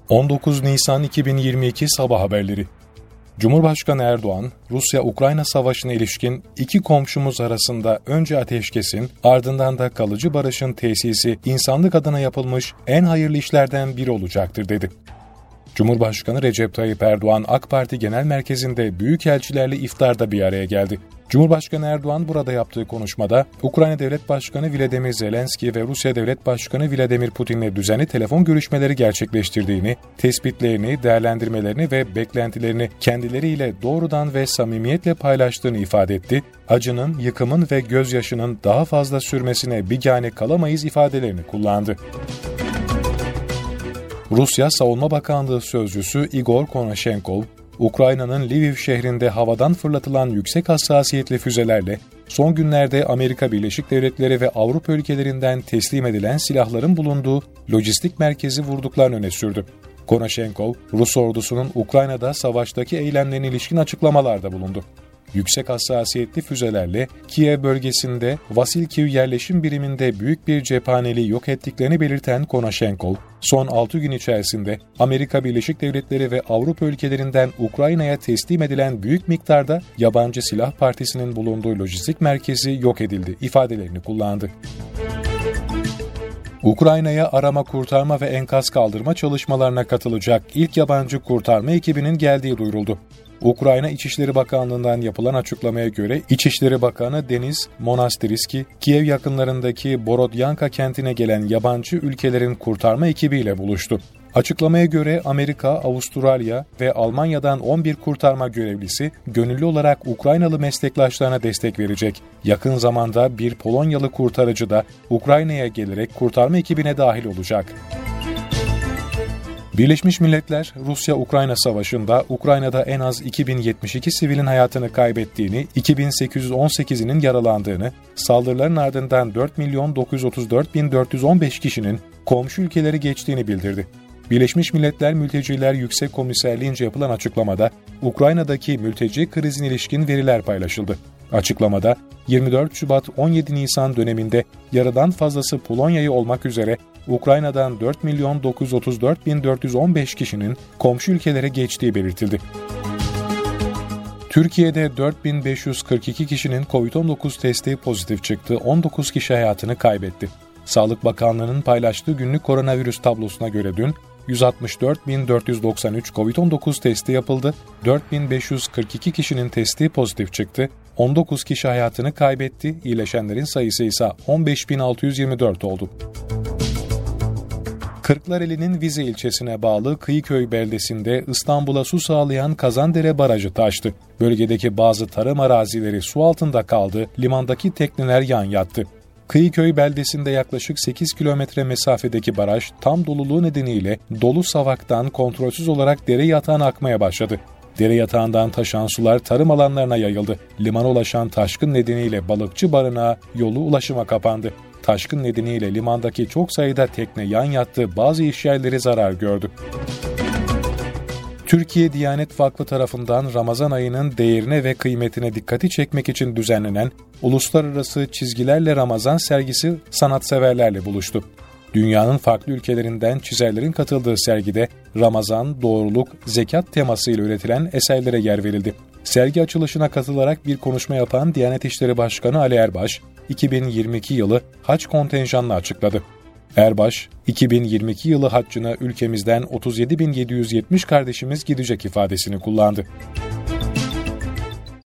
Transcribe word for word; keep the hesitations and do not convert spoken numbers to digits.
on dokuz Nisan iki bin yirmi iki Sabah haberleri. Cumhurbaşkanı Erdoğan, Rusya-Ukrayna savaşına ilişkin iki komşumuz arasında önce ateşkesin, ardından da kalıcı barışın tesisi insanlık adına yapılmış en hayırlı işlerden biri olacaktır dedi. Cumhurbaşkanı Recep Tayyip Erdoğan, AK Parti Genel Merkezi'nde büyükelçilerle iftarda bir araya geldi. Cumhurbaşkanı Erdoğan burada yaptığı konuşmada, Ukrayna Devlet Başkanı Volodymyr Zelenski ve Rusya Devlet Başkanı Vladimir Putin'le düzenli telefon görüşmeleri gerçekleştirdiğini, tespitlerini, değerlendirmelerini ve beklentilerini kendileriyle doğrudan ve samimiyetle paylaştığını ifade etti. Acının, yıkımın ve gözyaşının daha fazla sürmesine bigane kalamayız ifadelerini kullandı. Rusya Savunma Bakanlığı Sözcüsü Igor Konashenkov, Ukrayna'nın Lviv şehrinde havadan fırlatılan yüksek hassasiyetli füzelerle son günlerde Amerika Birleşik Devletleri ve Avrupa ülkelerinden teslim edilen silahların bulunduğu lojistik merkezi vurduklarını öne sürdü. Konashenkov, Rus ordusunun Ukrayna'da savaştaki eylemlerine ilişkin açıklamalarda bulundu. Yüksek hassasiyetli füzelerle Kiev bölgesinde Vasilkiv yerleşim biriminde büyük bir cephaneliği yok ettiklerini belirten Konashenkov, son altı gün içerisinde Amerika Birleşik Devletleri ve Avrupa ülkelerinden Ukrayna'ya teslim edilen büyük miktarda yabancı silah partisinin bulunduğu lojistik merkezi yok edildi ifadelerini kullandı. Ukrayna'ya arama, kurtarma ve enkaz kaldırma çalışmalarına katılacak ilk yabancı kurtarma ekibinin geldiği duyuruldu. Ukrayna İçişleri Bakanlığı'ndan yapılan açıklamaya göre İçişleri Bakanı Deniz Monastirski, Kiev yakınlarındaki Borodyanka kentine gelen yabancı ülkelerin kurtarma ekibiyle buluştu. Açıklamaya göre Amerika, Avustralya ve Almanya'dan on bir kurtarma görevlisi gönüllü olarak Ukraynalı meslektaşlarına destek verecek. Yakın zamanda bir Polonyalı kurtarıcı da Ukrayna'ya gelerek kurtarma ekibine dahil olacak. Birleşmiş Milletler, Rusya-Ukrayna savaşında Ukrayna'da en az iki bin yetmiş iki sivilin hayatını kaybettiğini, iki bin sekiz yüz on sekizinin yaralandığını, saldırıların ardından dört milyon dokuz yüz otuz dört bin dört yüz on beş kişinin komşu ülkeleri geçtiğini bildirdi. Birleşmiş Milletler Mülteciler Yüksek Komiserliğince yapılan açıklamada, Ukrayna'daki mülteci krizine ilişkin veriler paylaşıldı. Açıklamada, yirmi dört Şubat on yedi Nisan döneminde yarıdan fazlası Polonya'yı olmak üzere Ukrayna'dan dört milyon dokuz yüz otuz dört bin dört yüz on beş kişinin komşu ülkelere geçtiği belirtildi. Türkiye'de dört bin beş yüz kırk iki kişinin kovid on dokuz testi pozitif çıktı, on dokuz kişi hayatını kaybetti. Sağlık Bakanlığı'nın paylaştığı günlük koronavirüs tablosuna göre dün yüz altmış dört bin dört yüz doksan üç kovid on dokuz testi yapıldı, dört bin beş yüz kırk iki kişinin testi pozitif çıktı, on dokuz kişi hayatını kaybetti, iyileşenlerin sayısı ise on beş bin altı yüz yirmi dört oldu. Kırklareli'nin Vize ilçesine bağlı Kıyıköy beldesinde İstanbul'a su sağlayan Kazandere Barajı taştı. Bölgedeki bazı tarım arazileri su altında kaldı, limandaki tekneler yan yattı. Kıyıköy beldesinde yaklaşık sekiz kilometre mesafedeki baraj tam doluluğu nedeniyle dolu savaktan kontrolsüz olarak dere yatağına akmaya başladı. Dere yatağından taşan sular tarım alanlarına yayıldı. Limana ulaşan taşkın nedeniyle balıkçı barınağı yolu ulaşıma kapandı. Taşkın nedeniyle limandaki çok sayıda tekne yan yattı, bazı işyerleri zarar gördü. Türkiye Diyanet Vakfı tarafından Ramazan ayının değerine ve kıymetine dikkati çekmek için düzenlenen Uluslararası Çizgilerle Ramazan sergisi sanatseverlerle buluştu. Dünyanın farklı ülkelerinden çizerlerin katıldığı sergide Ramazan, doğruluk, zekat temasıyla üretilen eserlere yer verildi. Sergi açılışına katılarak bir konuşma yapan Diyanet İşleri Başkanı Ali Erbaş, iki bin yirmi iki yılı hac kontenjanını açıkladı. Erbaş, iki bin yirmi iki yılı haccına ülkemizden otuz yedi bin yedi yüz yetmiş kardeşimiz gidecek ifadesini kullandı.